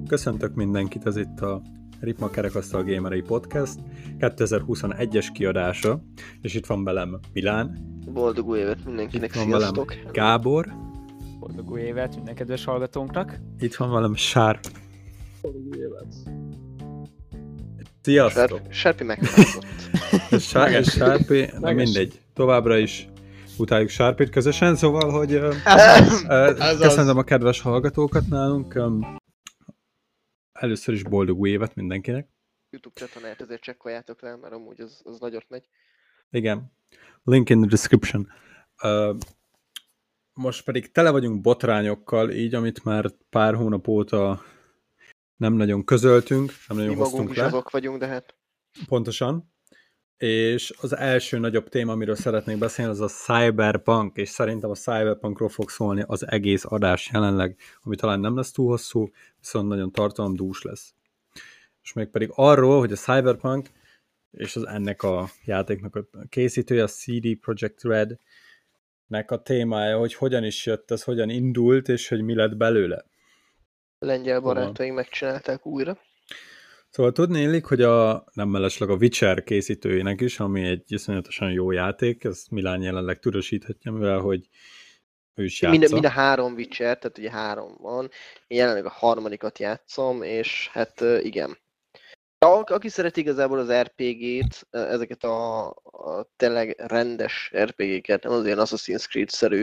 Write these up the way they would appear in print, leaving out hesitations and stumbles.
Köszöntök mindenkit, ez itt a Ritma Kerekasztal Gamerei Podcast 2021-es kiadása, és itt van velem Milán. Boldog új évet mindenkinek, itt van sziasztok! Velem Gábor. Boldog új évet minden kedves hallgatónknak. Itt van velem Sárp. Boldog új évet! Sziasztok! Sárpi megtámadott. Sárpi, na mindegy, továbbra is utáljuk Sárpit közösen, szóval, hogy köszönöm a kedves hallgatókat nálunk. Először is boldog új évet mindenkinek. YouTube csatornát azért csekkoljátok rá, mert amúgy az nagyot megy. Igen. Link in the description. Most pedig tele vagyunk botrányokkal, így, amit már pár hónap óta nem nagyon közöltünk, nem nagyon hoztunk le. Mi magunk is azok vagyunk, de hát... Pontosan. És az első nagyobb téma, amiről szeretnék beszélni, az a Cyberpunk, és szerintem a Cyberpunkról fog szólni az egész adás jelenleg, ami talán nem lesz túl hosszú, viszont nagyon tartalomdús lesz. És még pedig arról, hogy a Cyberpunk és ennek a játéknak a készítője, a CD Projekt Red-nek a témája, hogy hogyan is jött ez, hogyan indult, és hogy mi lett belőle. Lengyel barátaink megcsinálták újra. Szóval tudni illik, hogy nem mellesleg a Witcher készítőjének is, ami egy iszonyatosan jó játék, ezt Milán jelenleg tudósíthatja, mivel hogy ő is játsza. Mind a 3 Witcher, tehát ugye 3 van. Én jelenleg a 3. játszom, és hát igen. Aki szeret igazából az RPG-t, ezeket a tényleg rendes RPG-ket, nem az ilyen Assassin's Creed-szerű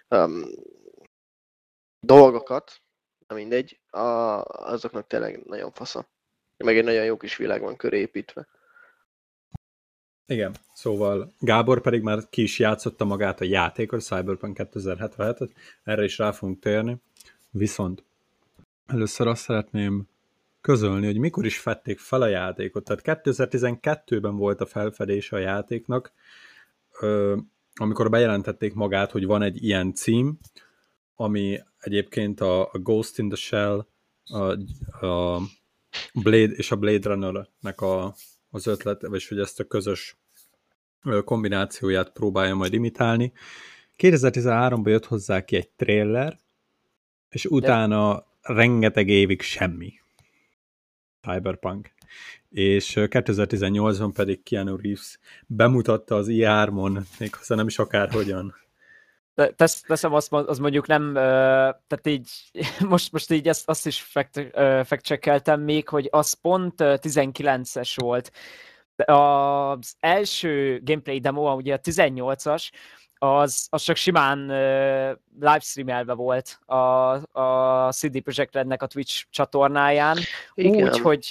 dolgokat, na mindegy, azoknak tényleg nagyon fasza. Meg egy nagyon jó kis világ van köré építve. Igen, szóval Gábor pedig már ki is játszotta magát a játékot, Cyberpunk 2077-et, erre is rá fogunk térni. Viszont először azt szeretném közölni, hogy mikor is fedték fel a játékot. Tehát 2012-ben volt a felfedése a játéknak, amikor bejelentették magát, hogy van egy ilyen cím, ami egyébként a Ghost in the Shell, a Blade és a Blade Runner-nek az ötlet, és hogy ezt a közös kombinációját próbálja majd imitálni. 2013-ban jött hozzá ki egy trailer, és utána rengeteg évig semmi. Cyberpunk. És 2018-ban pedig Keanu Reeves bemutatta az E3-on, méghozzá nem is akárhogyan. Teszem azt mondjuk nem, tehát így, most így azt is fact-checkeltem még, hogy az pont 19-es volt. Az első gameplay demo, ugye a 18-as, az csak simán livestreamelve volt a CD Projekt Rednek a Twitch csatornáján. Úgy, hogy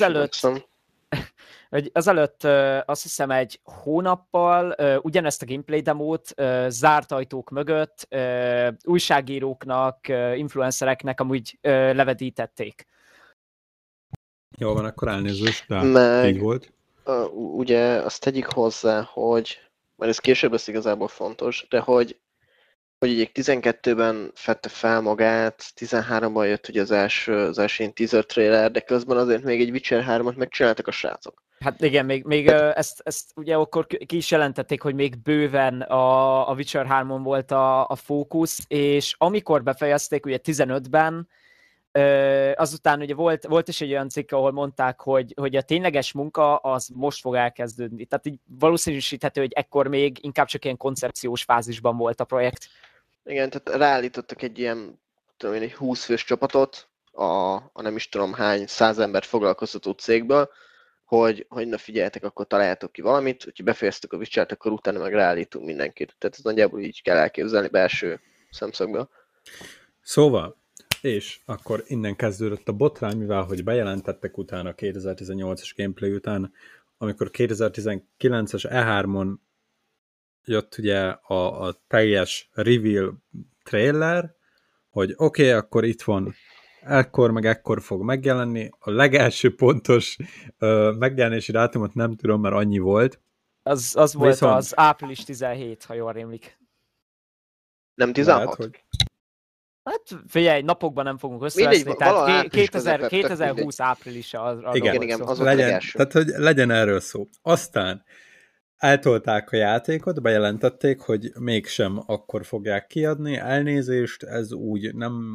azelőtt azt hiszem egy hónappal ugyanezt a gameplay demót zárt ajtók mögött újságíróknak, influencereknek amúgy levedítették. Jó van, akkor elnézést, de így volt. Ugye azt tegyük hozzá, hogy, mert ez később lesz igazából fontos, de hogy ugye 12-ben fedte fel magát, 13-ban jött ugye az első teaser trailer, de közben azért még egy Witcher 3-at megcsináltak a srácok. Hát igen, még ezt ugye akkor ki is jelentették, hogy még bőven a Witcher 3-on volt a fókusz, és amikor befejezték ugye 15-ben, azután ugye volt is egy olyan cikk, ahol mondták, hogy a tényleges munka az most fog elkezdődni. Tehát így valószínűsíthető, hogy ekkor még inkább csak ilyen koncepciós fázisban volt a projekt. Igen, tehát ráállítottak egy ilyen, tudom én, egy 20 fős csapatot, a nem is tudom hány 100 embert foglalkoztató cégből, hogy na figyeljetek, akkor találjátok ki valamit, hogyha befejeztük a Witchert, akkor utána meg ráállítunk mindenkit. Tehát ez nagyjából így kell elképzelni belső szemszögből. Szóval, és akkor innen kezdődött a botrány, mivel hogy bejelentettek utána a 2018-as gameplay után, amikor 2019-es E3-on jött ugye a teljes reveal trailer, hogy oké, akkor itt van, ekkor fog megjelenni. A legelső pontos megjelenési dátumot nem tudom, mert annyi volt. Az volt az április 17, ha jól rémlik. Nem 16? Lehet, hogy... Hát figyelj, napokban nem fogunk összeveszni, tehát 2020 áprilisa. Igen, az volt legyen, tehát, hogy legyen erről szó. Aztán eltolták a játékot, bejelentették, hogy mégsem akkor fogják kiadni, elnézést, ez úgy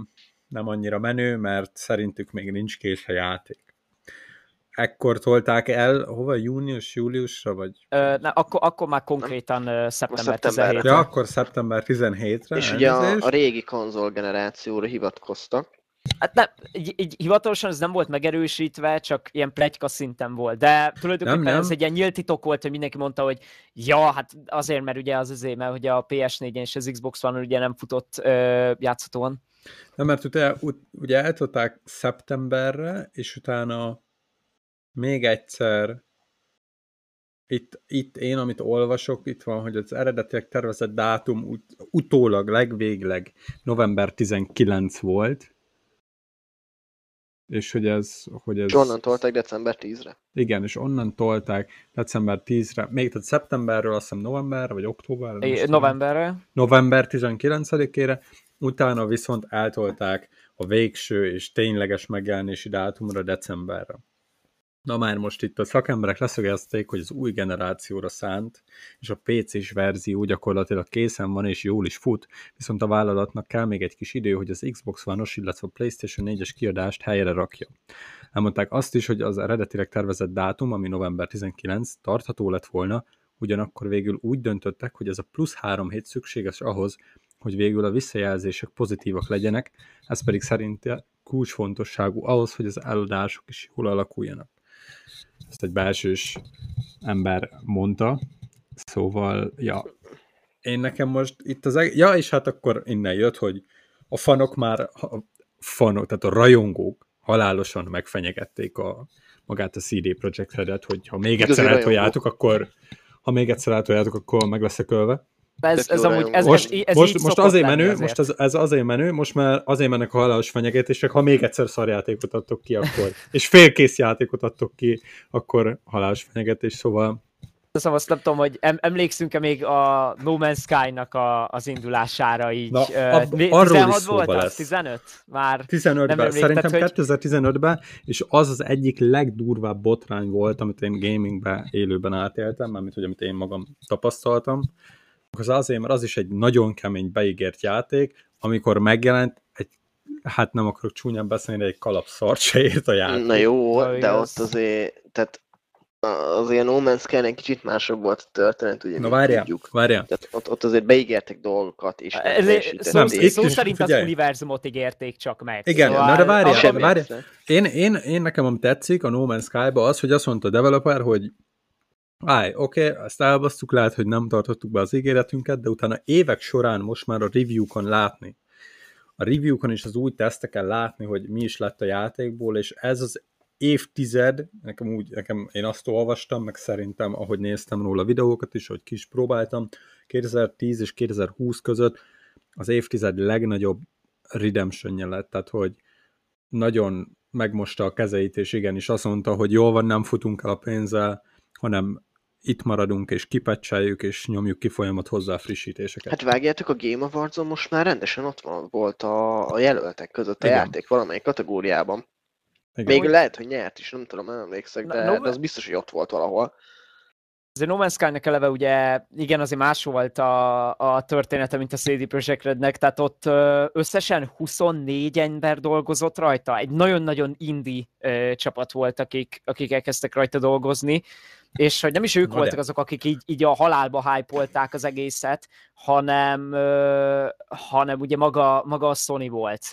nem annyira menő, mert szerintük még nincs kész a játék. Ekkor tolták el, hova? Júliusra, vagy? Akkor már konkrétan szeptember szeptemberre. 17-re. Ja, akkor szeptember 17-re. És ugye elnézést. a régi konzol generációra hivatkoztak. Hát nem, így hivatalosan ez nem volt megerősítve, csak ilyen pletyka szinten volt, de tulajdonképpen Nem. ez egy ilyen nyílt titok volt, hogy mindenki mondta, hogy ja, hát azért, mert ugye mert hogy a PS4-en és az Xbox One-on ugye nem futott játszhatóan. Nem, mert ugye eltolták szeptemberre, és utána még egyszer itt én, amit olvasok, itt van, hogy az eredetileg tervezett dátum utólag legvégleg november 19 volt, és hogy ez... És onnan tolták december 10-re. Igen, és onnan tolták december 10-re, még tehát szeptemberről azt hiszem novemberre, vagy októberre? Novemberre. November 19-ére, utána viszont eltolták a végső és tényleges megjelenési dátumra decemberre. Na már most itt a szakemberek leszögezték, hogy az új generációra szánt, és a PC-s verzió gyakorlatilag készen van és jól is fut, viszont a vállalatnak kell még egy kis idő, hogy az Xbox One-os, illetve a PlayStation 4-es kiadást helyre rakja. Elmondták azt is, hogy az eredetileg tervezett dátum, ami november 19, tartható lett volna, ugyanakkor végül úgy döntöttek, hogy ez a plusz 3 hét szükséges ahhoz, hogy végül a visszajelzések pozitívak legyenek, ez pedig szerinte kulcsfontosságú ahhoz, hogy az eladások is jól alakuljanak. Ezt egy belsős ember mondta, szóval, ja, én nekem most itt ja, és hát akkor innen jött, hogy a fanok már, tehát a rajongók halálosan megfenyegették magát a CD Projekt Redet, hogy ha még egyszer eltoljátok, akkor meg lesz ölve. Ez amúgy, ez most azért menő, most ez azért menő, most már azért mennek a halálos fenyegetések, ha még egyszer szarjátékot adtok ki, akkor, és félkész játékot adtok ki, akkor halálos fenyegetés, szóval... Azt nem tudom, hogy emlékszünk-e még a No Man's Sky-nak az indulására így. Na, 16 volt az? 15? Már 15-ben, szerintem 2015-ben, és az egyik legdurvább botrány volt, amit én gamingben élőben átéltem, mármint, hogy amit én magam tapasztaltam, az azért, mert az is egy nagyon kemény beígért játék, amikor megjelent, hát nem akarok csúnyán beszélni, de egy kalapszart se ért a játék. Na jó, de ott azért, tehát azért No Man's Sky-nek kicsit másabb volt a történet, ugye na várjál. Tehát ott azért beígértek dolgokat, és szó szerint az univerzumot ígérték csak meg. Igen, szóval de várjál. Én nekem, ami tetszik a No Man's Sky-ba az, hogy azt mondta a developer, hogy oké, ezt elbasztuk, lehet, hogy nem tartottuk be az ígéretünket, de utána évek során most már a review-kon látni. A review-kon is az új teszteken látni, hogy mi is lett a játékból, és ez az évtized, nekem én azt olvastam, meg szerintem, ahogy néztem róla videókat is, hogy ki is próbáltam, 2010 és 2020 között az évtized legnagyobb redemption-je lett, tehát hogy nagyon megmosta a kezeit, és igenis azt mondta, hogy jól van, nem futunk el a pénzzel, hanem itt maradunk, és kipecseljük, és nyomjuk ki folyamat hozzá frissítéseket. Hát vágjátok, a Game Awards-on most már rendesen ott volt a jelöltek között a játék valamelyik kategóriában. Igen. Még lehet, hogy nyert is, nem tudom, nem emlékszek, de az biztos, hogy ott volt valahol. Azért No Man's Sky-nek eleve ugye, igen, azért más volt a története, mint a CD Projekt Rednek, tehát ott összesen 24 ember dolgozott rajta. Egy nagyon-nagyon indie csapat volt, akik elkezdtek rajta dolgozni, és hogy nem is ők voltak azok, akik így a halálba hype-olták az egészet, hanem ugye maga a Sony volt.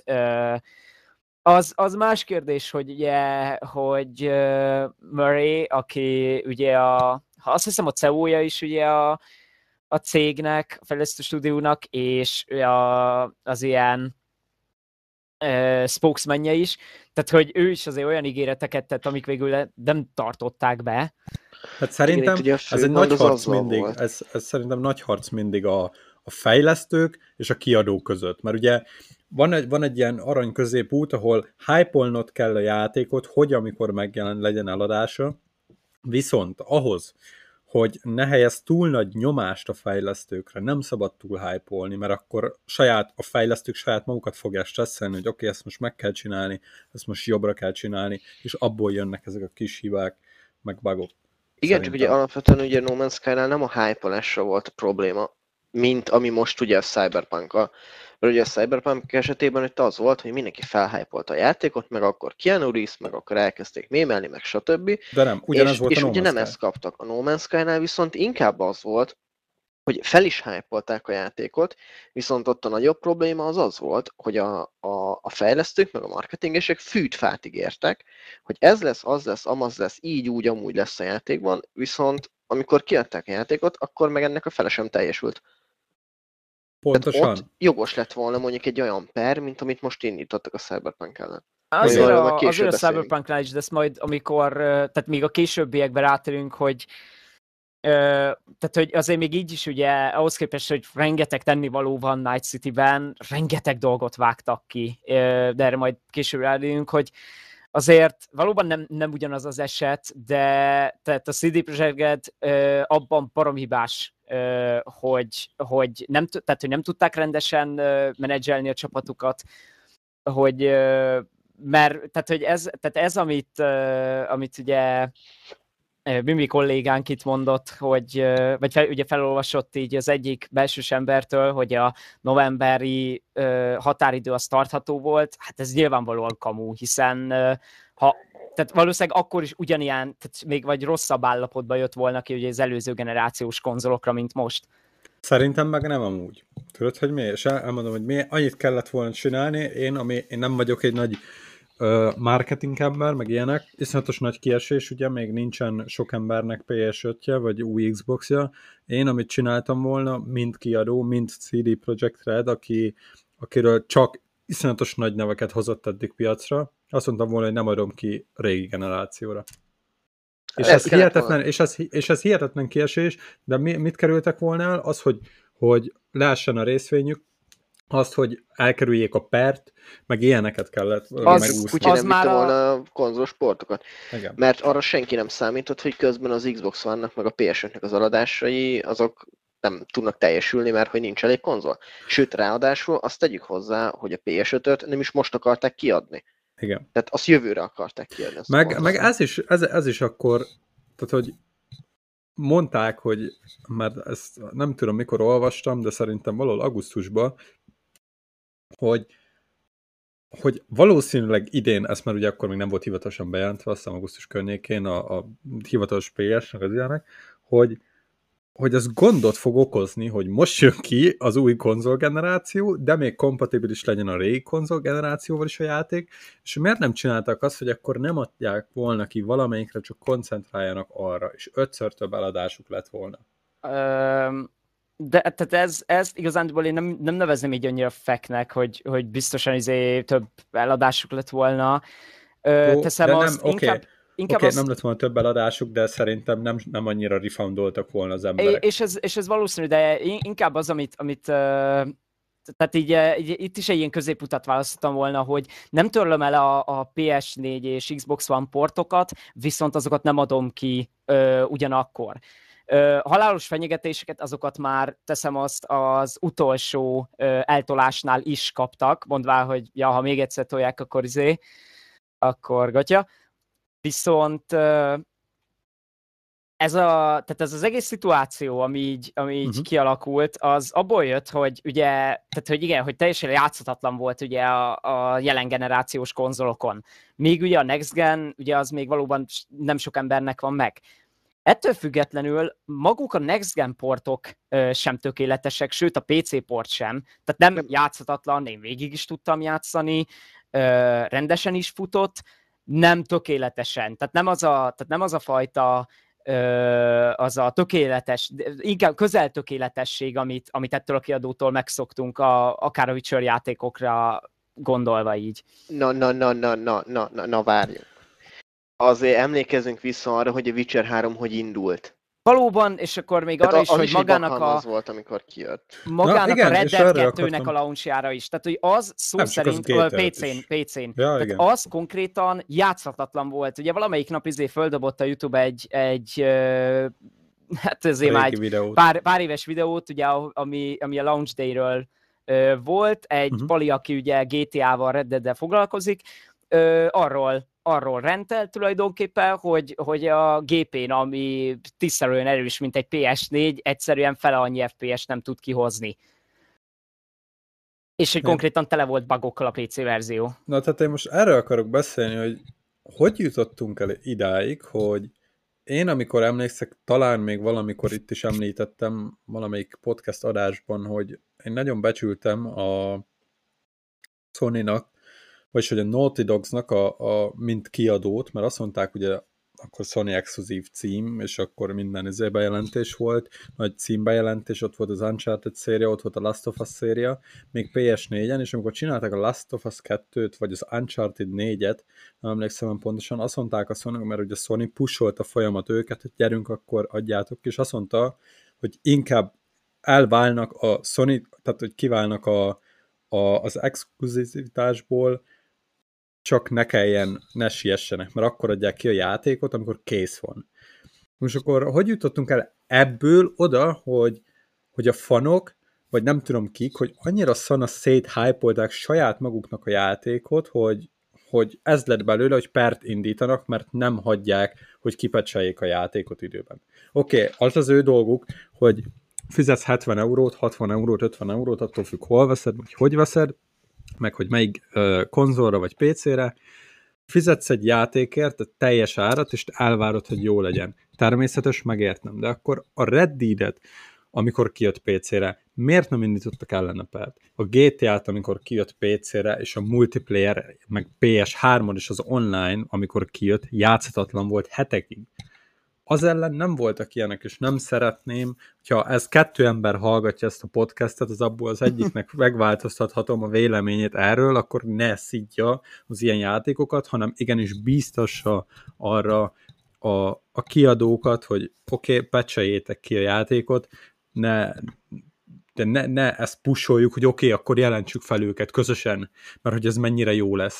Az más kérdés, hogy ugye, hogy Murray, aki ugye azt hiszem a CEO-ja is ugye a cégnek, a fejlesztő stúdiónak, és az ilyen spokesmanje is, tehát hogy ő is azért olyan ígéreteket tett, amik végül nem tartották be. Hát szerintem ez egy nagy harc mindig, ez szerintem nagy harc mindig a fejlesztők és a kiadók között, mert ugye van egy ilyen arany középút, ahol hype-olnod kell a játékot, hogy amikor megjelen legyen eladása, viszont ahhoz, hogy ne helyez túl nagy nyomást a fejlesztőkre, nem szabad túl hype-olni, mert akkor a fejlesztők saját magukat fogják stresszelni, hogy oké, ezt most meg kell csinálni, ezt most jobbra kell csinálni, és abból jönnek ezek a kis hibák, meg bugok. Igen, csak ugye alapvetően ugye No Man's Sky-nál nem a hype-olásra volt a probléma. mint ami most ugye a Cyberpunk-a. Mert ugye a Cyberpunk esetében itt az volt, hogy mindenki felhypolt a játékot, meg akkor Keanu Reeves, meg akkor elkezdték mémelni, meg stb. De nem, ugyanez volt és a No ugye Man's nem Sky. ezt kaptak. A No Man's Sky-nál viszont inkább az volt, hogy fel is hypolták a játékot, viszont ott a nagyobb probléma az volt, hogy a fejlesztők, meg a marketingesek fűt-fát ígértek, hogy ez lesz, az lesz, amaz lesz, így, úgy, amúgy lesz a játékban, viszont amikor kiadták a játékot, akkor meg ennek a fele sem teljesült. Pontosan. Tehát ott jogos lett volna mondjuk egy olyan per, mint amit most indítottak a Cyberpunk ellen. Azért Majd később azért a beszélünk. Cyberpunknál is, de ezt majd amikor, tehát még a későbbiekben rátérünk, hogy tehát, hogy azért még így is ugye, ahhoz képest, hogy rengeteg tennivaló van Night City-ben, rengeteg dolgot vágtak ki, de erre majd később rátérünk, hogy azért valóban nem ugyanaz az eset, de tehát a CD Projekt Red abban baromi hibás, hogy nem tudták rendesen menedzselni a csapatukat, hogy mert tehát, hogy ez amit ugye Bimbi kollégánk itt mondott, hogy, ugye felolvasott így az egyik belsős embertől, hogy a novemberi határidő az tartható volt, hát ez nyilvánvalóan kamu, hiszen tehát valószínűleg akkor is ugyanilyen, tehát még vagy rosszabb állapotban jött volna ki ugye az előző generációs konzolokra, mint most. Szerintem meg nem amúgy. Tudod, hogy miért? És elmondom, hogy miért. Annyit kellett volna csinálni, én nem vagyok egy nagy marketing ember, meg ilyenek, iszonyatos nagy kiesés, ugye még nincsen sok embernek PS5-je, vagy új Xbox-ja. Én, amit csináltam volna, mind kiadó, mind CD Projekt Red, akiről csak iszonyatos nagy neveket hozott eddig piacra, azt mondtam volna, hogy nem adom ki régi generációra. És ez hihetetlen kiesés, de mit kerültek volna el? Az, hogy leessen a részvényük, azt, hogy elkerüljék a pert, meg ilyeneket kellett megúszni. Kutya nem vitte volna a konzolos portokat. Igen. Mert arra senki nem számított, hogy közben az Xbox One-nak, meg a PS5-nek az eladásai, azok nem tudnak teljesülni, mert hogy nincs elég konzol. Sőt, ráadásul azt tegyük hozzá, hogy a PS5-öt nem is most akarták kiadni. Igen. Tehát azt jövőre akarták kiadni. Meg ez is akkor, tehát hogy mondták, hogy mert ezt nem tudom mikor olvastam, de szerintem valahol augusztusban, hogy valószínűleg idén, ezt már ugye akkor még nem volt hivatalosan bejelentve, azt hiszem augusztus környékén a hivatalos PS-nek az ilyenek, hogy ez gondot fog okozni, hogy most jön ki az új konzolgeneráció, de még kompatibilis legyen a régi konzolgenerációval is a játék, és miért nem csináltak azt, hogy akkor nem adják volna ki valamelyikre, csak koncentráljanak arra, és 5-ször több eladásuk lett volna. De tehát ez igazándiból én nem nevezném így annyira fact-nek, hogy biztosan több eladásuk lett volna. Teszem azt, inkább Oké, nem lett volna több eladásuk, de szerintem nem annyira refoundoltak volna az emberek. És ez valószínű, de inkább az, amit tehát így itt is egy ilyen középutat választottam volna, hogy nem törlöm el a PS4 és Xbox One portokat, viszont azokat nem adom ki ugyanakkor. Halálos fenyegetéseket, azokat már teszem azt az utolsó eltolásnál is kaptak, mondván, hogy ja, ha még egyszer tolják, akkor gatya. Viszont ez az egész szituáció, ami így kialakult, az abból jött, hogy ugye, tehát hogy igen, hogy teljesen játszhatatlan volt ugye a jelen generációs konzolokon. Míg ugye a Next Gen, ugye az még valóban nem sok embernek van meg. Ettől függetlenül maguk a Next Gen portok sem tökéletesek, sőt a PC port sem. Tehát nem játszhatatlan, én végig is tudtam játszani, rendesen is futott, nem tökéletesen. Tehát nem az a fajta az a tökéletes, inkább közel tökéletesség, amit ettől a kiadótól megszoktunk, akár a Witcher játékokra gondolva így. Na, várjunk. Azért emlékezzünk vissza arra, hogy a Witcher 3 hogy indult. Valóban, és akkor még arra is, hogy magának az volt, amikor kijött. Magának a Red Dead 2-nek a launchjára is. Tehát, hogy az szó szerint PC-n. Ja, tehát az konkrétan játszhatatlan volt. Ugye valamelyik nap földobott a YouTube egy hát ezért már egy pár éves videót, ugye, ami a launch day-ről volt. Egy pali, aki ugye GTA-val, Red Dead-del foglalkozik, arról rentel tulajdonképpen, hogy a gépén, ami tisztelően erős, mint egy PS4, egyszerűen fele annyi FPS nem tud kihozni. És hogy konkrétan tele volt bugokkal a PC verzió. Na, tehát én most erről akarok beszélni, hogy jutottunk el idáig, hogy én, amikor emlékszek, talán még valamikor itt is említettem valamelyik podcast adásban, hogy én nagyon becsültem a Sony-nak, vagyis hogy a Naughty Dogsnak a mint kiadót, mert azt mondták, ugye akkor Sony exkluzív cím, és akkor minden bejelentés volt, nagy címbejelentés, ott volt az Uncharted széria, ott volt a Last of Us széria, még PS4-en, és amikor csinálták a Last of Us 2-t, vagy az Uncharted 4-et, nem emlékszem pontosan, azt mondták a Sony, mert ugye a Sony pusholta folyamat őket, hogy gyerünk, akkor adjátok, és azt mondta, hogy inkább elválnak a Sony, tehát hogy kiválnak az exkluzivitásból, csak ne siessenek, mert akkor adják ki a játékot, amikor kész van. Most akkor hogy jutottunk el ebből oda, hogy a fanok, vagy nem tudom kik, hogy annyira szana széthypolták saját maguknak a játékot, hogy ez lett belőle, hogy pert indítanak, mert nem hagyják, hogy kipecseljék a játékot időben. Oké, az ő dolguk, hogy fizetsz 70 eurót, 60 eurót, 50 eurót, attól függ, hol veszed, vagy hogy veszed, meg hogy melyik konzolra vagy PC-re, fizetsz egy játékért a teljes árat, és elvárod, hogy jó legyen. Természetes, megértem, de akkor a Red Dead-et, amikor kijött PC-re, miért nem indítottak ellene pert? A GTA-t, amikor kijött PC-re, és a multiplayer, meg PS3-on is az online, amikor kijött, játszhatatlan volt hetekig. Az ellen nem voltak ilyenek, és nem szeretném, hogyha ez 2 ember hallgatja ezt a podcastet, az abból az egyiknek megváltoztathatom a véleményét erről, akkor ne szidja az ilyen játékokat, hanem igenis bíztassa arra a kiadókat, hogy oké, pecseljétek ki a játékot, ne ezt pusoljuk, hogy oké, akkor jelentsük fel őket közösen, mert hogy ez mennyire jó lesz.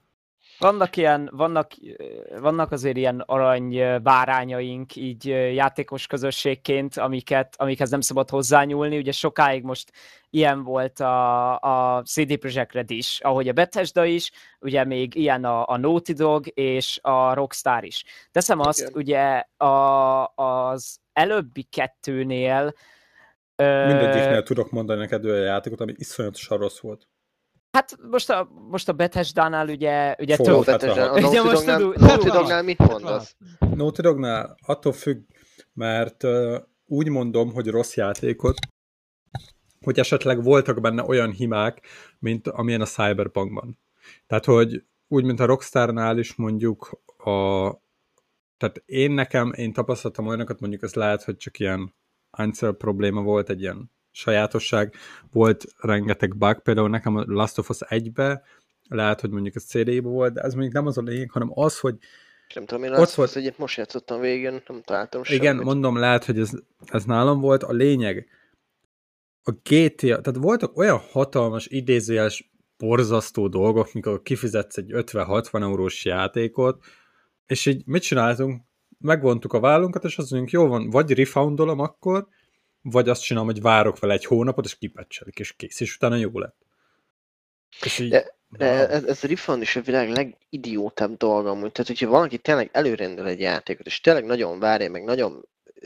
Vannak azért ilyen arany bárányaink így játékos közösségként, amikhez nem szabad hozzányúlni. Ugye sokáig most ilyen volt a CD Projekt Red is, ahogy a Bethesda is, ugye még ilyen a Naughty Dog és a Rockstar is. Teszem azt, igen. Ugye az előbbi kettőnél mindegyiknél tudok mondani neked olyan játékot, ami iszonyatosan rossz volt. Hát most a Bethesda-nál ugye több. A Naughty Dognál mit mondasz? Naughty Dognál attól függ, mert úgy mondom, hogy rossz játékot, hogy esetleg voltak benne olyan hibák, mint amilyen a Cyberpunkban. Tehát, hogy úgy, mint a Rockstarnál is mondjuk tehát én tapasztaltam olyanokat, mondjuk ez lehet, hogy csak ilyen Einzel probléma volt, egy ilyen sajátosság, volt rengeteg bug, például nekem a Last of Us 1-be, lehet, hogy mondjuk ez CD-be volt, de ez mondjuk nem az a lényeg, hanem az, hogy nem tudom, én Last of Us 1-et most játszottam végén, nem találtam semmit. Igen, mondom, lehet, hogy ez nálam volt. A lényeg, a GTA, tehát voltak olyan hatalmas, idézőjeles, borzasztó dolgok, mikor kifizetsz egy 50-60 eurós játékot, és így mit csináltunk? Megvontuk a vállunkat, és azt mondjuk, jó van, vagy refoundolom akkor, vagy azt csinálom, hogy várok vele egy hónapot, és kipecselik, és kész, és utána jó lett. És így, ez a refund is a világ legidiótább dolga amúgy. Tehát, hogyha valaki tényleg előrendel egy játékot, és tényleg nagyon várja, meg nagyon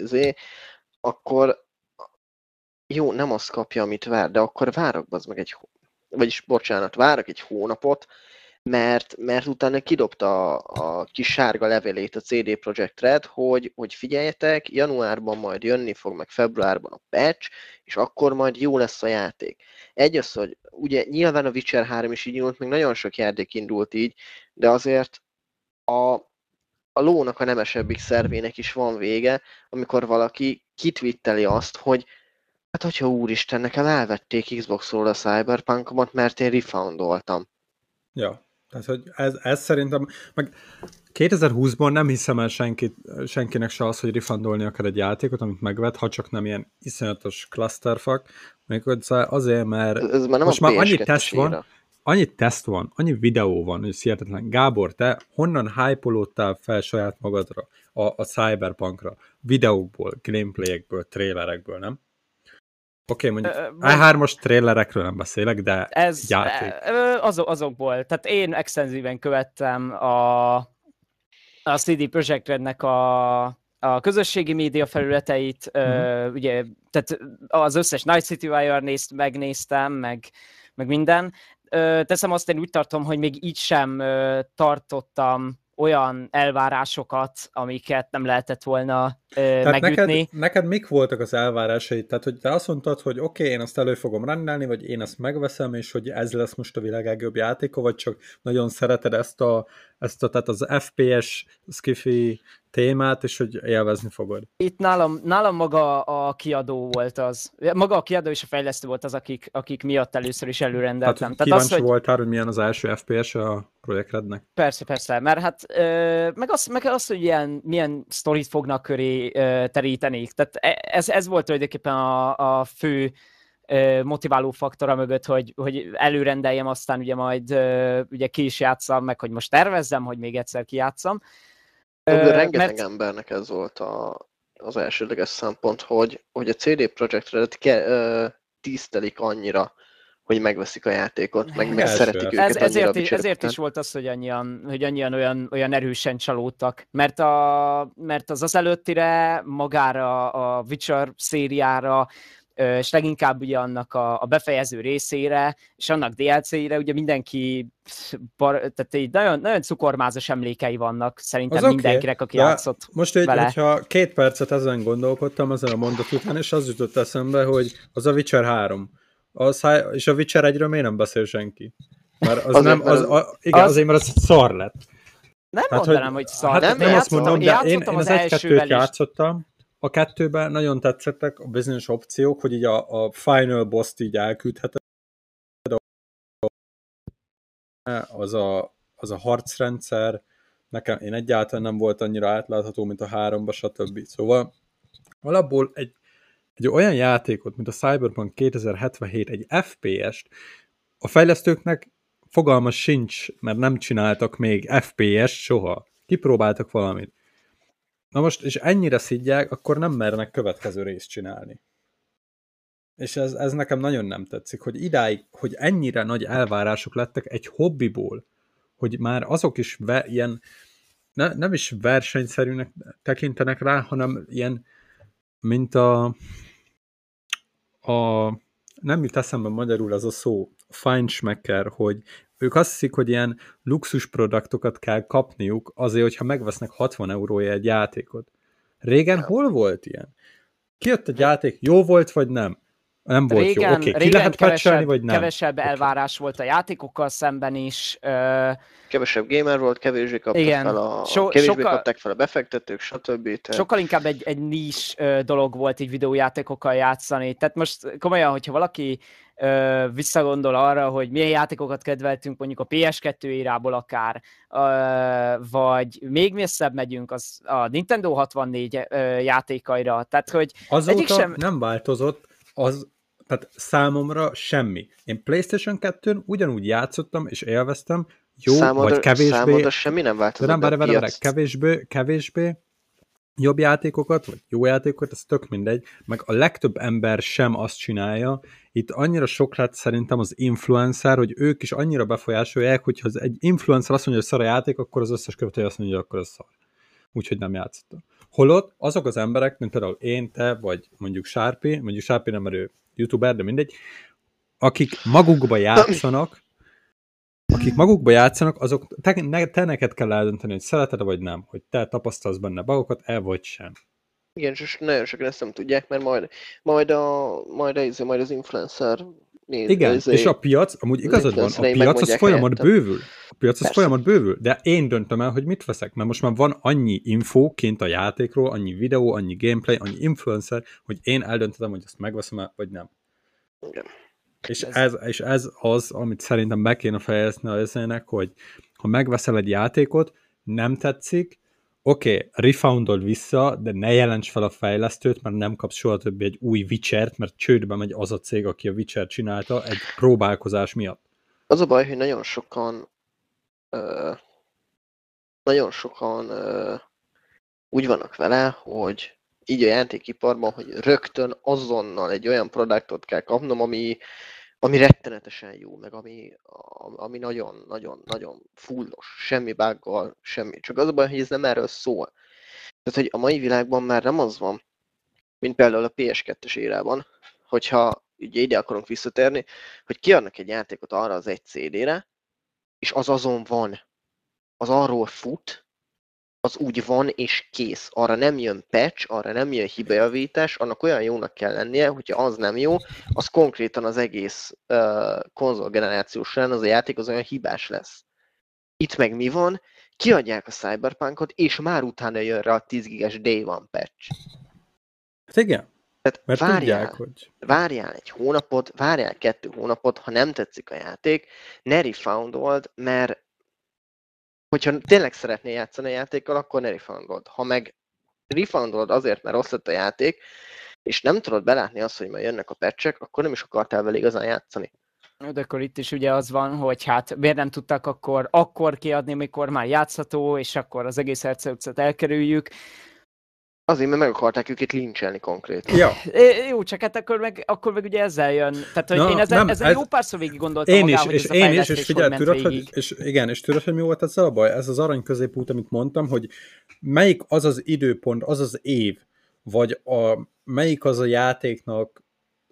akkor jó, nem azt kapja, amit vár, de akkor várok meg várok egy hónapot, mert utána kidobta a kis sárga levelét a CD Projekt Red, hogy figyeljetek, januárban majd jönni fog, meg februárban a patch, és akkor majd jó lesz a játék. Egy az, hogy ugye nyilván a Witcher 3 is így indult, még nagyon sok játék indult így, de azért a lónak a nemesebbik szervének is van vége, amikor valaki kitwitteli azt, hogy hát hogyha úristen, nekem elvették Xboxról a Cyberpunkomat, mert én refoundoltam. Ja. Tehát, hogy ez szerintem, meg 2020-ban nem hiszem el senkinek se az, hogy refundolni akar egy játékot, amit megvet, ha csak nem ilyen iszonyatos clusterfuck. Azért, mert ez már nem most már annyi teszt van, annyi videó van, hogy hihetetlen. Gábor, te honnan hype-olódtál fel saját magadra a Cyberpunkra? Videókból, gameplayekből, trailerekből, nem? Oké, mondjuk E3-os trailerekről nem beszélek, de ez játék. azokból. Tehát én extenzíven követtem a CD Projekt Rednek a közösségi média felületeit, ugye, tehát az összes Night City Wire megnéztem, meg minden. Teszem azt, én úgy tartom, hogy még így sem tartottam olyan elvárásokat, amiket nem lehetett volna megütni. Neked mik voltak az elvárásaid? Tehát, hogy te azt mondtad, hogy oké, én azt elő fogom rendelni, vagy én ezt megveszem, és hogy ez lesz most a világ legjobb játéka, vagy csak nagyon szereted ezt a tehát az FPS skifi témát, és hogy élvezni fogod. Itt nálam maga a kiadó volt az. Maga a kiadó és a fejlesztő volt az, akik miatt először is előrendeltem. Tehát kíváncsi voltál, hogy milyen az első FPS a Projekt Rednek? Persze, mert hát meg azt, hogy milyen sztorit fognak köré terítenék. Tehát ez volt tulajdonképpen a fő motiváló faktora mögött, hogy előrendeljem, aztán ugye majd ugye ki is játsszam, meg hogy most tervezzem, hogy még egyszer kijátszam. Rengeteg embernek ez volt az elsődleges szempont, hogy a CD Projekt Red tisztelik annyira, hogy megveszik a játékot, meg szeretik őket ezért is volt az, hogy annyian olyan erősen csalódtak, mert az előttire, magára a Witcher szériára, és leginkább ugye annak a befejező részére, és annak DLC-re, ugye mindenki, tehát így nagyon cukormázas emlékei vannak szerintem az mindenkinek, aki játszott most vele. Hogyha 2 percet ezen gondolkodtam, ezen a mondat után, és az jutott eszembe, hogy az a Witcher 3. És a Witcher 1-ről miért nem beszél senki? Mert az azért, azért, mert az szar lett. Nem mondanám, hogy szar. Hát nem azt mondom, de én az 1-2-t játszottam. A 2-ben nagyon tetszettek a bizonyos opciók, hogy így a final boss-t így elküldheted. Az a harcrendszer, én egyáltalán nem volt annyira átlátható, mint a 3-ban, stb. Szóval alapból egy olyan játékot, mint a Cyberpunk 2077, egy FPS-t, a fejlesztőknek fogalma sincs, mert nem csináltak még FPS-t soha. Kipróbáltak valamit. Na most, és ennyire szidják, akkor nem mernek következő részt csinálni. És ez nekem nagyon nem tetszik, hogy idáig, hogy ennyire nagy elvárások lettek egy hobbiból, hogy már azok is ilyen, nem is versenyszerűnek tekintenek rá, hanem ilyen, mint nem jut eszembe magyarul az a szó, feinschmecker, hogy ők azt hiszik, hogy ilyen luxus produktokat kell kapniuk azért, hogyha megvesznek 60 euróért egy játékot. Régen hol volt ilyen? Kijött egy játék, jó volt, vagy nem? Nem volt régen, jó. Oké, ki lehet patchelni, vagy nem? Kevesebb elvárás volt a játékokkal szemben is. Kevesebb gamer volt, kevésbé kapták fel a befektetők, stb. Sokkal inkább egy niche dolog volt így videójátékokkal játszani. Tehát most komolyan, hogyha valaki visszagondol arra, hogy milyen játékokat kedveltünk mondjuk a PS2 érából akár, vagy még messzebb megyünk a Nintendo 64 játékaira. Tehát, hogy azóta nem változott, tehát számomra semmi. Én PlayStation 2-n ugyanúgy játszottam, és élveztem, jó, vagy kevésbé. Számodra semmi nem változott. Kevésbé jobb játékokat, vagy jó játékokat, ez tök mindegy, meg a legtöbb ember sem azt csinálja. Itt annyira sok lett szerintem az influencer, hogy ők is annyira befolyásolják, hogyha egy influencer azt mondja, hogy szar a játék, akkor az összes követője azt mondja, hogy akkor ez szar. Úgyhogy nem játszottam. Holott azok az emberek, mint például én, te, vagy mondjuk Sharpie nem, mert ő youtuber, de mindegy, akik magukba játszanak, azok te neked kell eldönteni, hogy szereted vagy nem, hogy te tapasztalsz benne bugokat, vagy sem. Igen, és nagyon sokan ezt nem tudják, mert majd az influencer igen, és a piac, amúgy igazad van, a piac az folyamat bővül. De én döntöm el, hogy mit veszek, mert most már van annyi infó kint a játékról, annyi videó, annyi gameplay, annyi influencer, hogy én eldöntöm, hogy ezt megveszem-e, vagy nem. Igen. És ez az, amit szerintem be kéne fejezni a eszének, hogy ha megveszel egy játékot, nem tetszik, oké, refoundold vissza, de ne jelents fel a fejlesztőt, mert nem kapsz soha többé egy új Witchert, mert csődbe megy az a cég, aki a Witcher csinálta egy próbálkozás miatt. Az a baj, hogy nagyon sokan úgy vannak vele, hogy így a játékiparban, hogy rögtön azonnal egy olyan produktot kell kapnom, ami rettenetesen jó, meg ami nagyon fullos, semmi buggal, semmi. Csak az a baj, hogy ez nem erről szól. Tehát, hogy a mai világban már nem az van, mint például a PS2-es érában, hogyha ugye ide akarunk visszatérni, hogy kiadnak egy játékot arra az egy CD-re, és az azon van, az arról fut, az úgy van és kész. Arra nem jön patch, arra nem jön hibajavítás, annak olyan jónak kell lennie, hogyha az nem jó, az konkrétan az egész konzolgeneráció során az a játék az olyan hibás lesz. Itt meg mi van? Kiadják a Cyberpunkot, és már utána jön rá a 10 gigas Day One patch. Hát igen, Tehát mert tudják, hogy... várjál egy hónapot, várjál 2 hónapot, ha nem tetszik a játék, ne refoundold, mert hogyha tényleg szeretnél játszani a játékkal, akkor ne refoundold. Ha meg refoundold azért, mert rossz lett a játék, és nem tudod belátni azt, hogy majd jönnek a patchek, akkor nem is akartál vele igazán játszani. De akkor itt is ugye az van, hogy hát miért nem tudtak akkor kiadni, mikor már játszható, és akkor az egész herceget elkerüljük. Azért, mert meg akarták őket lincselni konkrétan. Ja. Jó, csak hát akkor meg ugye ezzel jön. Tehát, hogy Na, én ezen jó párszor végig gondoltam én magán, is, hogy és ez a én is, fejlesztés és hogy figyelj, ment tudod, végig. és tudod, hogy mi volt ezzel a baj? Ez az arany középút, amit mondtam, hogy melyik az az időpont, az az év, vagy melyik az a játéknak,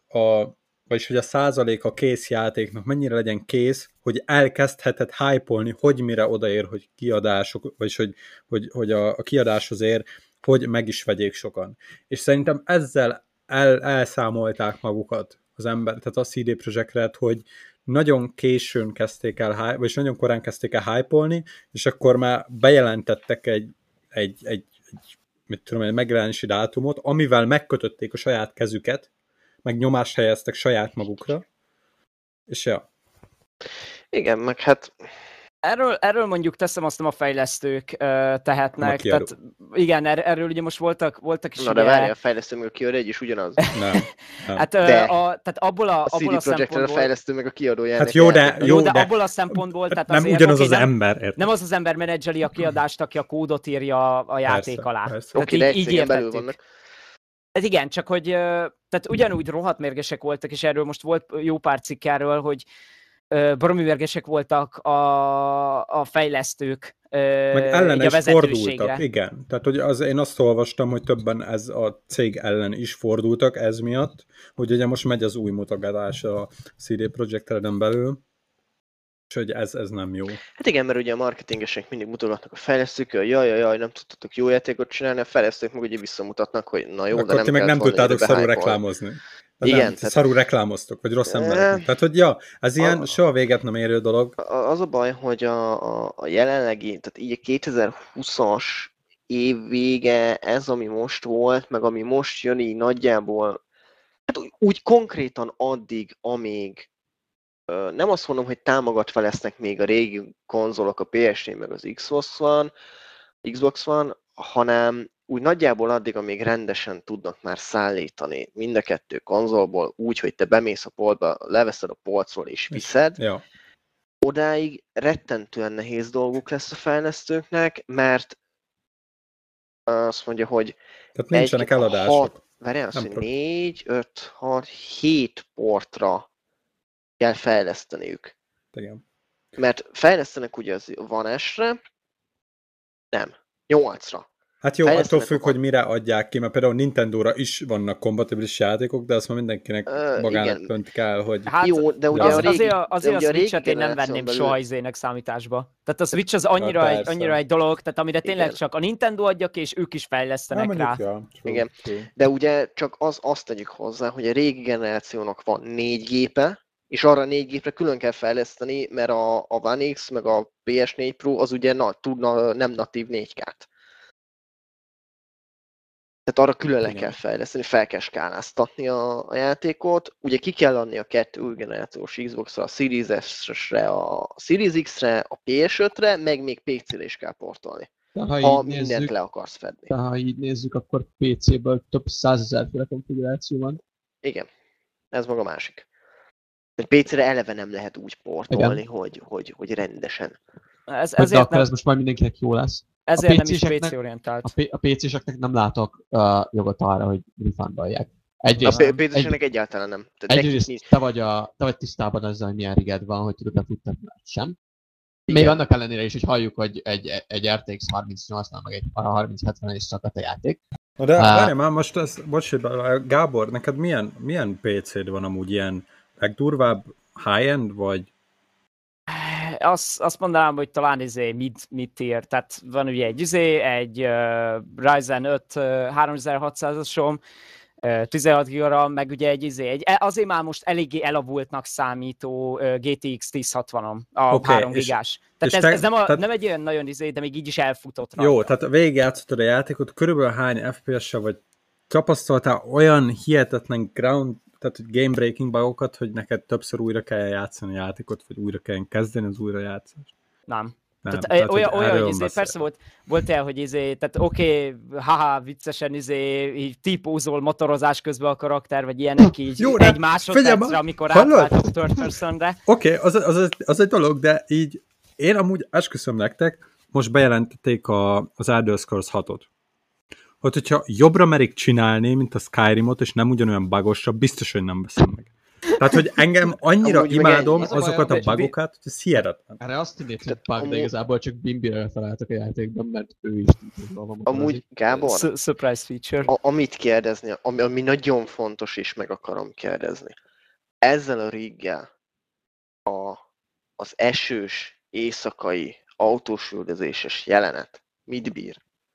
vagyis hogy a százalék kész játéknak mennyire legyen kész, hogy elkezdheted hype-olni, hogy mire odaér, hogy kiadások, vagyis hogy a kiadáshoz ér, hogy meg is vegyék sokan. És szerintem ezzel elszámolták magukat az ember, tehát a CD Projekt Red, hogy nagyon későn kezdték el, vagyis nagyon korán kezdték el hype-olni, és akkor már bejelentettek egy megjelenési dátumot, amivel megkötötték a saját kezüket, meg nyomást helyeztek saját magukra, és ja. Igen, meg hát... Erről mondjuk teszem azt, nem a fejlesztők tehetnek. Tehát, igen, erről ugye most voltak is. Na de várjál, a fejlesztő meg a kiadó egy is ugyanaz. Nem. Hát, tehát abból a szempontból... a fejlesztő meg a kiadó játék. Hát jó, de abból a szempontból... Tehát nem azért, ugyanaz az ember. Nem az ember menedzseli a kiadást, aki a kódot írja a játék alá. Oké, de egy cégen belül vannak. Hát igen, csak hogy tehát ugyanúgy rohadt mérgesek voltak, és erről most volt jó pár cikk erről, hogy baromi mérgesek voltak a fejlesztők. Meg ellen is fordultak, igen. Tehát hogy én azt olvastam, hogy többen ez a cég ellen is fordultak ez miatt, hogy ugye most megy az új mutogatás a CD Projekt Reden belül, és hogy ez nem jó. Hát igen, mert ugye a marketingesek mindig mutogatnak a fejlesztők, hogy jaj, nem tudtatok jó játékot csinálni, a fejlesztők meg ugye visszamutatnak, hogy na jó, akkor de nem meg tudtátok szarul reklámozni. Igen, szarul reklámoztok, vagy rossz emberek. Tehát, hogy ja, ez ilyen soha véget nem érő dolog. Az a baj, hogy a jelenlegi, tehát így a 2020-as év vége, ez ami most volt, meg ami most jön így nagyjából, hát úgy konkrétan addig, amíg nem azt mondom, hogy támogatva lesznek még a régi konzolok, a PS4 meg az Xbox One, hanem úgy nagyjából addig, amíg rendesen tudnak már szállítani mind a 2 konzolból úgy, hogy te bemész a polcba, leveszed a polcról és viszed, ja. Odáig rettentően nehéz dolguk lesz a fejlesztőknek, mert azt mondja, hogy tehát nincsenek eladások. Várjál azt, hogy 4, 5, 6, 7 portra kell fejleszteniük. Igen. Mert fejlesztenek ugye az One S-re, nem, 8-ra. Hát jó, attól függ, hogy mire adják ki, mert például Nintendo-ra is vannak kompatibilis játékok, de azt már mindenkinek magának döntik el, hogy... Hát, jó, de ugye azért a Switch-et én nem venném soha izének számításba. Tehát a Switch az annyira egy dolog, tehát amire tényleg csak a Nintendo adja ki, és ők is fejlesztenek rá. Ja, igen, de ugye csak azt tegyük hozzá, hogy a régi generációnak van 4 gépe, és arra 4 gépre külön kell fejleszteni, mert a One X meg a PS4 Pro az ugye tudna nem natív 4K-t. Tehát arra külön le kell fejleszteni, fel kell skáláztatni a játékot. Ugye ki kell adni a 2 új generációs Xbox-ra, a Series S-re, a Series X-re, a PS5-re, meg még PC-re is kell portolni. Ha mindent le akarsz fedni. Ha így nézzük, akkor PC-ből több 100 000 féle konfiguráció van. Igen, ez maga másik. PC-re eleve nem lehet úgy portolni, hogy rendesen. De akkor ez most majd mindenkinek jó lesz. ezért nem is PC-seknek PC-orientált. A PC-seknek nem látok jogot arra, hogy refundolják. A Egyrészt, PC-nek egyáltalán nem. Tehát nekik egyrészt te vagy tisztában azzal, hogy milyen riged van, hogy tudod futtatni, vagy sem. Még Igen. annak ellenére is, hogy halljuk, hogy egy RTX 3080 meg egy 3070 is csak a te játék. Na de várj már, most ez, bocs, Gábor, neked milyen PC-d van amúgy ilyen legdurvább high-end, vagy? Azt mondanám, hogy talán mid-tier, tehát van ugye egy Ryzen 5 3600-asom, 16 GB, meg ugye azért már most eléggé elavultnak számító GTX 1060-om, a 3 gigás. Tehát ez nem egy olyan nagyon de még így is elfutott rá. Jó, tehát végigjátszottad a játékot, körülbelül hány FPS-sel vagy tapasztaltál olyan hihetetlen tehát game breaking bugokat, hogy neked többször újra kell játszani a játékot, vagy újra kell kezdeni az újrajátszást? Nem. Nem. Tehát olyan, hogy persze volt el, hogy tehát haha, viccesen így típózol motorozás közben a karakter, vagy ilyenek így jó, egy másodpercre, amikor átváltok third personre. Oké, az egy dolog, de így én amúgy esküszöm nektek, most bejelentették az Elder Scrolls 6-ot. Hogyha jobbra merik csinálni, mint a Skyrimot, és nem ugyanolyan bugosra, biztos, hogy nem veszem meg. Tehát, hogy engem annyira imádom azokat a bugokat, hogy ez hihetetlen. Erre azt tudnék, hogy bug, de igazából csak Bimbire feláltak a játékban, mert ő is van. Amúgy, Gábor, surprise feature. Amit kérdezni, ami nagyon fontos, és meg akarom kérdezni. Ezzel a riggel az esős, éjszakai, autósüldözéses jelenet mit bír?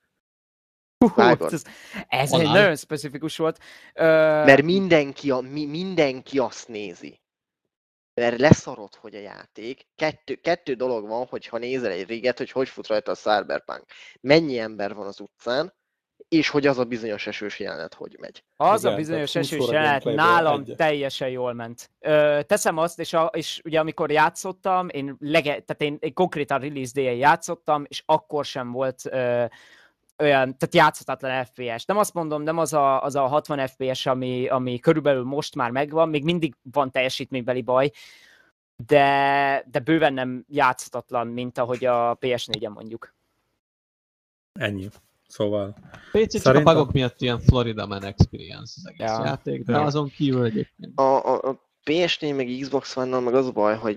Ez egy nagyon specifikus volt. Mert mindenki azt nézi. Mert leszarod, hogy a játék. Kettő dolog van, hogyha nézel egy riget, hogy fut rajta a Cyberpunk. Mennyi ember van az utcán, és hogy az a bizonyos esős jelenet hogy megy. Az a bizonyos esős jelenet nálam teljesen jól ment. Teszem azt, és ugye amikor játszottam, én konkrétan release day-en játszottam, és akkor sem volt olyan, tehát játszhatatlan FPS. Nem azt mondom, nem az a 60 FPS, ami körülbelül most már megvan, még mindig van teljesítménybeli baj, de bőven nem játszhatatlan, mint ahogy a PS4-en mondjuk. Ennyi. Szóval... PC csak a bugok miatt ilyen Florida Man Experience az egész játék, de azon kívül egyébként. A PS4 meg Xbox One-nal meg az a baj, hogy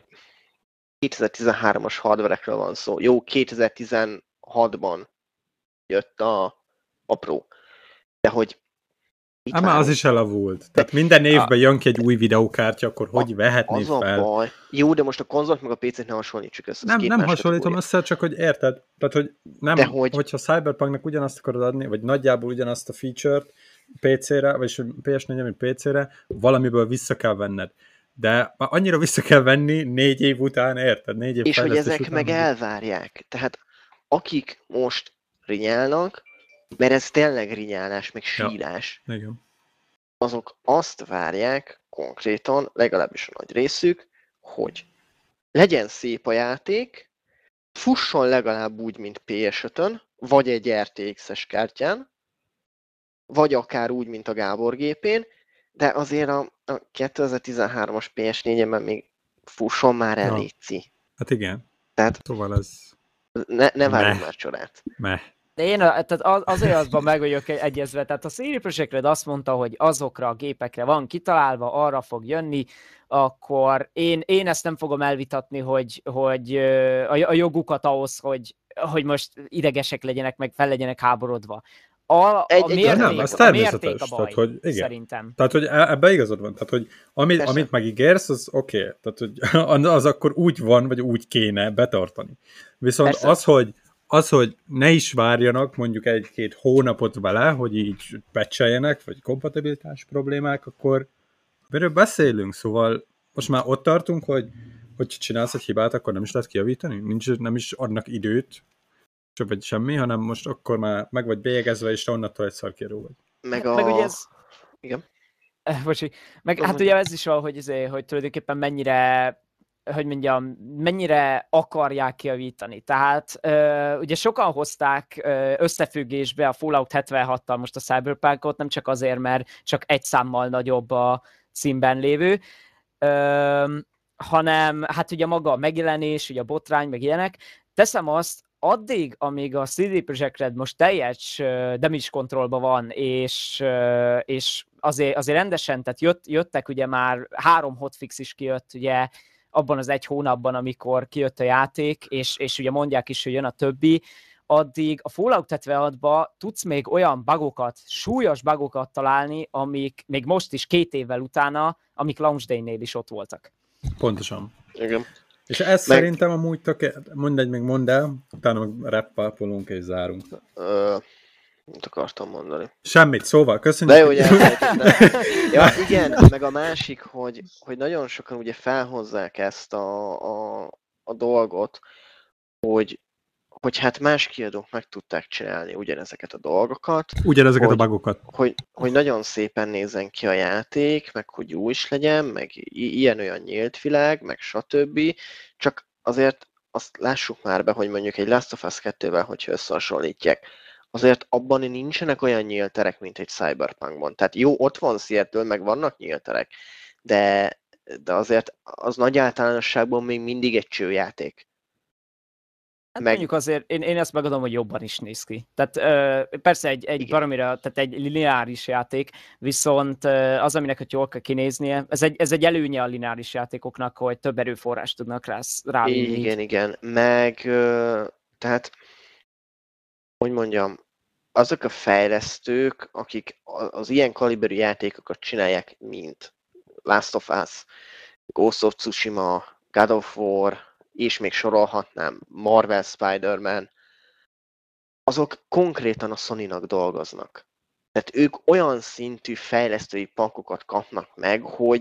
2013-as hardverekről van szó. Jó, 2016-ban jött a Pro. De hogy... Már az is elavult. Tehát minden évben jön ki egy új videókártya, akkor hogy vehetné fel? Az a baj. Jó, de most a konzolt meg a PC-t nem hasonlítsuk össze. Nem hasonlítom össze, csak hogy érted. Tehát, hogy nem, hogyha Cyberpunknak ugyanazt akarod adni, vagy nagyjából ugyanazt a feature-t PC-re, vagy PS4-re, mint PC-re, valamiből vissza kell venned. De már annyira vissza kell venni 4 év után, érted? 4 év és hogy ezek után, meg elvárják. Tehát akik most rinyálnak, mert ez tényleg rinyálás, meg sírás. Ja, igen. Azok azt várják konkrétan, legalábbis a nagy részük, hogy legyen szép a játék, fusson legalább úgy, mint PS5-ön, vagy egy RTX-es kártyán, vagy akár úgy, mint a Gábor gépén, de azért a 2013-as PS4-ben még fusson már el, léci. Hát igen. Tehát szóval ez... Ne várjunk már csodát. De én tehát azért azban meg vagyok egyezve, tehát a CD Projekt Red azt mondta, hogy azokra a gépekre van kitalálva, arra fog jönni, akkor én ezt nem fogom elvitatni, hogy a jogukat ahhoz, hogy most idegesek legyenek, meg fel legyenek háborodva. A mérték a baj, tehát, hogy igen. Szerintem. Tehát, hogy ebben igazad van. Tehát, hogy amit megígérsz, az oké. Tehát, hogy az akkor úgy van, vagy úgy kéne betartani. Viszont az, hogy ne is várjanak mondjuk 1-2 hónapot vele, hogy így patcheljenek, vagy kompatibilitás problémák, akkor miről beszélünk? Szóval most már ott tartunk, hogy csinálsz egy hibát, akkor nem is lehet kijavítani? Nem is adnak időt, vagy semmi, hanem most akkor már meg vagy bélyegezve, és te onnantól egy szarkéró vagy. Meg ugye ez... Igen. Bocsi. Meg hát ugye ez is van, hogy tulajdonképpen mennyire akarják kijavítani. Tehát ugye sokan hozták összefüggésbe a Fallout 76-tal most a Cyberpunkot, nem csak azért, mert csak egy számmal nagyobb a címben lévő, hanem hát ugye maga a megjelenés, ugye a botrány, meg ilyenek. Teszem azt, addig, amíg a CD Projekt Red most teljes damage controlban van, és azért rendesen, tehát jöttek ugye már 3 hotfix is kijött ugye abban az 1 hónapban, amikor kijött a játék, és ugye mondják is, hogy jön a többi, addig a Fallout 76-ba tudsz még olyan bugokat, súlyos bugokat találni, amik még most is 2 évvel utána, amik Launch Day-nél is ott voltak. Pontosan. Igen. És ez szerintem amúgy mondd el, utána meg rappálpolunk és zárunk. Mit akartam mondani? Semmit, szóval köszönjük. De jó, ja, igen, meg a másik, hogy nagyon sokan ugye felhozzák ezt a dolgot, hogy hát más kiadók meg tudták csinálni ugyanezeket a dolgokat. Ugyanezeket a bugokat. Hogy nagyon szépen nézzen ki a játék, meg hogy jó is legyen, meg ilyen-olyan nyílt világ, meg stb. Csak azért azt lássuk már be, hogy mondjuk egy Last of Us 2-vel, hogyha összehasonlítják, azért abban nincsenek olyan nyílt terek, mint egy Cyberpunkban. Tehát jó, ott van Seattle, meg vannak nyílt terek, de azért az nagy általánosságban még mindig egy csőjáték. Hát mondjuk azért, én ezt megadom, hogy jobban is néz ki. Tehát persze egy baromira, tehát egy lineáris játék, viszont az, aminek hogy jól kell kinéznie, ez egy előnye a lineáris játékoknak, hogy több erőforrást tudnak rávinni. Igen. Meg, tehát, hogy mondjam, azok a fejlesztők, akik az ilyen kaliberű játékokat csinálják, mint Last of Us, Ghost of Tsushima, God of War, és még sorolhatnám, Marvel Spider-Man, azok konkrétan a Sony-nak dolgoznak. Tehát ők olyan szintű fejlesztői pakokat kapnak meg,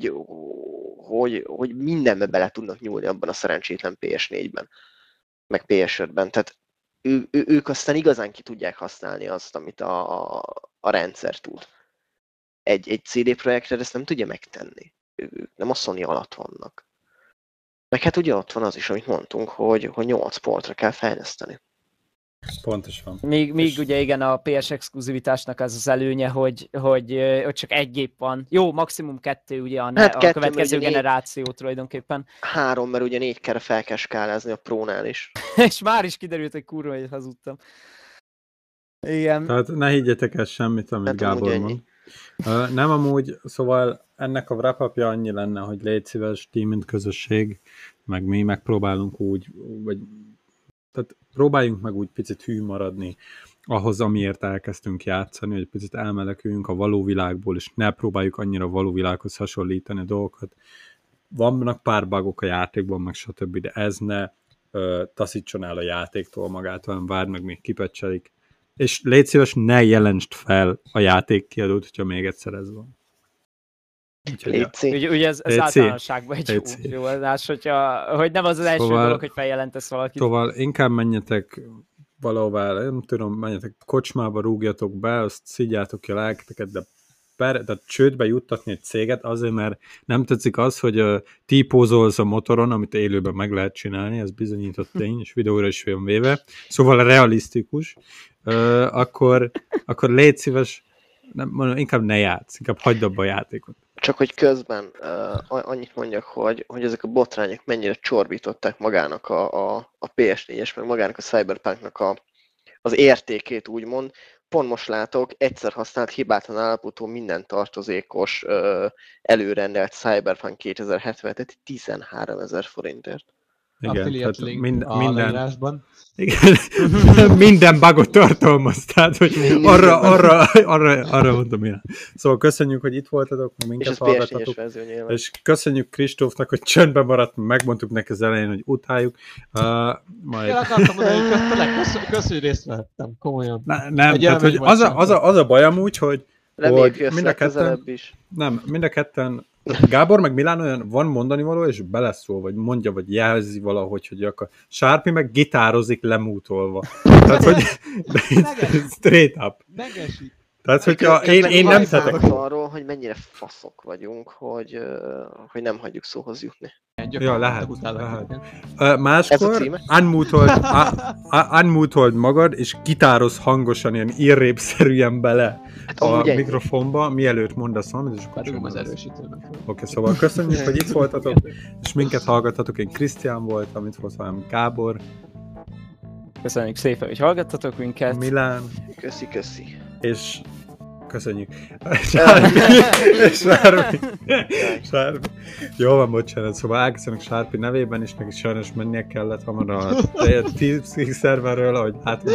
hogy mindenbe bele tudnak nyúlni abban a szerencsétlen PS4-ben, meg PS5-ben. Tehát ők aztán igazán ki tudják használni azt, amit a rendszer tud. Egy CD Projektred ezt nem tudja megtenni. Ők nem a Sony alatt vannak. Meg hát ugye ott van az is, amit mondtunk, hogy 8 portra kell fejleszteni. Pontosan. Még ugye igen, a PS exkluzivitásnak az az előnye, hogy csak egy gép van. Jó, maximum 2 ugye a következő generáció tulajdonképpen. 3, mert ugye 4 kere fel kell skálázni a Pro-nál is. És már is kiderült, hogy kurva, hogy hazudtam. Igen. Tehát ne higgyetek el semmit, amit hát Gábor mond. Nem amúgy, szóval ennek a wrap-upja annyi lenne, hogy légy szíves, ti, mint közösség, meg mi megpróbálunk úgy, vagy tehát próbáljunk meg úgy picit hű maradni ahhoz, amiért elkezdtünk játszani, hogy picit elmeneküljünk a való világból, és ne próbáljuk annyira való világhoz hasonlítani a dolgokat. Vannak pár bugok a játékban, meg stb., de ez ne taszítson el a játéktól magától, hanem várd meg, még kipecselik. És légy szíves, ne jelentsd fel a játékkiadót, hogyha még egyszer ez van. Ugye ez általánosságban egy jó adás, hogy nem az első dolog, hogy feljelentesz valakit. Szóval inkább menjetek valahová, nem tudom, menjetek kocsmába, rúgjatok be, azt szidjátok ki a lelketeket, de csődbe juttatni egy céget azért, mert nem tetszik az, hogy ti pózolsz a motoron, amit élőben meg lehet csinálni, ez bizonyított tény, és videóra is van véve, szóval realisztikus, akkor légy szíves, inkább ne játsz, inkább hagyd abba a játékot. Csak hogy közben annyit mondjak, hogy ezek a botrányok mennyire csorbították magának a PS4-es, meg magának a Cyberpunknak az értékét, úgymond. Pont most látok, egyszer használt hibátlan állapotú minden tartozékos előrendelt Cyberpunk 2077-et 13 000 forintért. Igen, tehát minden minden bugot tartalmaz, tehát hogy arra mondom én. Szóval köszönjük, hogy itt voltatok, minket hallgattatok, és köszönjük Kristófnak, hogy csöndben maradt, megmondtuk neki az elején, hogy utáljuk. Majd... Én akartam mondani, hogy köszönjük, hogy részt vettem, komolyan. Nem, tehát hogy az a baj amúgy, hogy mind a ketten is. Nem, mind a ketten Gábor meg Milán olyan van mondani való, és beleszól, vagy mondja, vagy jelzi valahogy, hogy akar. Sárpi meg gitározik lemútolva. Tehát, hogy straight up. Megesik. Tehát, hogyha én nem szeretek arról, hogy mennyire faszok vagyunk, hogy nem hagyjuk szóhoz jutni. Ja, lehet. Máskor unmutold magad, és gitároz hangosan, ilyen irrépszerűen bele a mikrofonba, mielőtt mondasz valamit, és akkor az erősítőnek. Oké, szóval köszönjük, hogy itt voltatok, és minket hallgattatok. Én Krisztián voltam, itt volt velem Gábor. Köszönjük szépen, hogy hallgattatok minket. Milán. Köszi. És köszönjük. Sárpi. Jó van, bocsánat. Szóval elköszönök Sárpi nevében, és neki sajnos mennie kellett hamar a TeamSpeak szerverről, ahogy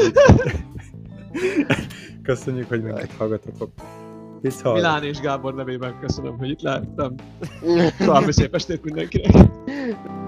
köszönjük, hogy minket hallgatotok. Milán és Gábor nevében köszönöm, hogy itt lehettem. További szép estét mindenkinek.